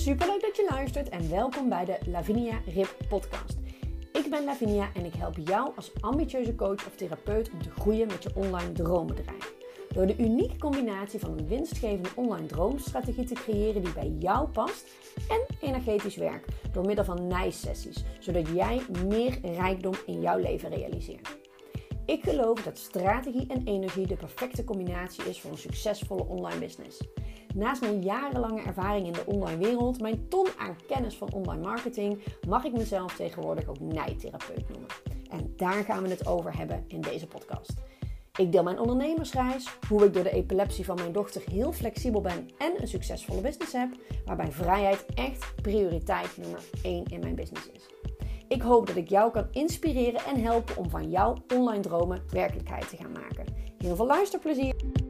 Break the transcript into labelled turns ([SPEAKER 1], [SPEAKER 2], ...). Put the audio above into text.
[SPEAKER 1] Superleuk dat je luistert en welkom bij de Lavinia Rip podcast. Ik ben Lavinia en ik help jou als ambitieuze coach of therapeut om te groeien met je online droombedrijf. Door de unieke combinatie van een winstgevende online droomstrategie te creëren die bij jou past en energetisch werk door middel van NICE-sessies, zodat jij meer rijkdom in jouw leven realiseert. Ik geloof dat strategie en energie de perfecte combinatie is voor een succesvolle online business. Naast mijn jarenlange ervaring in de online wereld, mijn ton aan kennis van online marketing, mag ik mezelf tegenwoordig ook NICE-therapeut noemen. En daar gaan we het over hebben in deze podcast. Ik deel mijn ondernemersreis, hoe ik door de epilepsie van mijn dochter heel flexibel ben en een succesvolle business heb, waarbij vrijheid echt prioriteit nummer 1 in mijn business is. Ik hoop dat ik jou kan inspireren en helpen om van jouw online dromen werkelijkheid te gaan maken. Heel veel luisterplezier!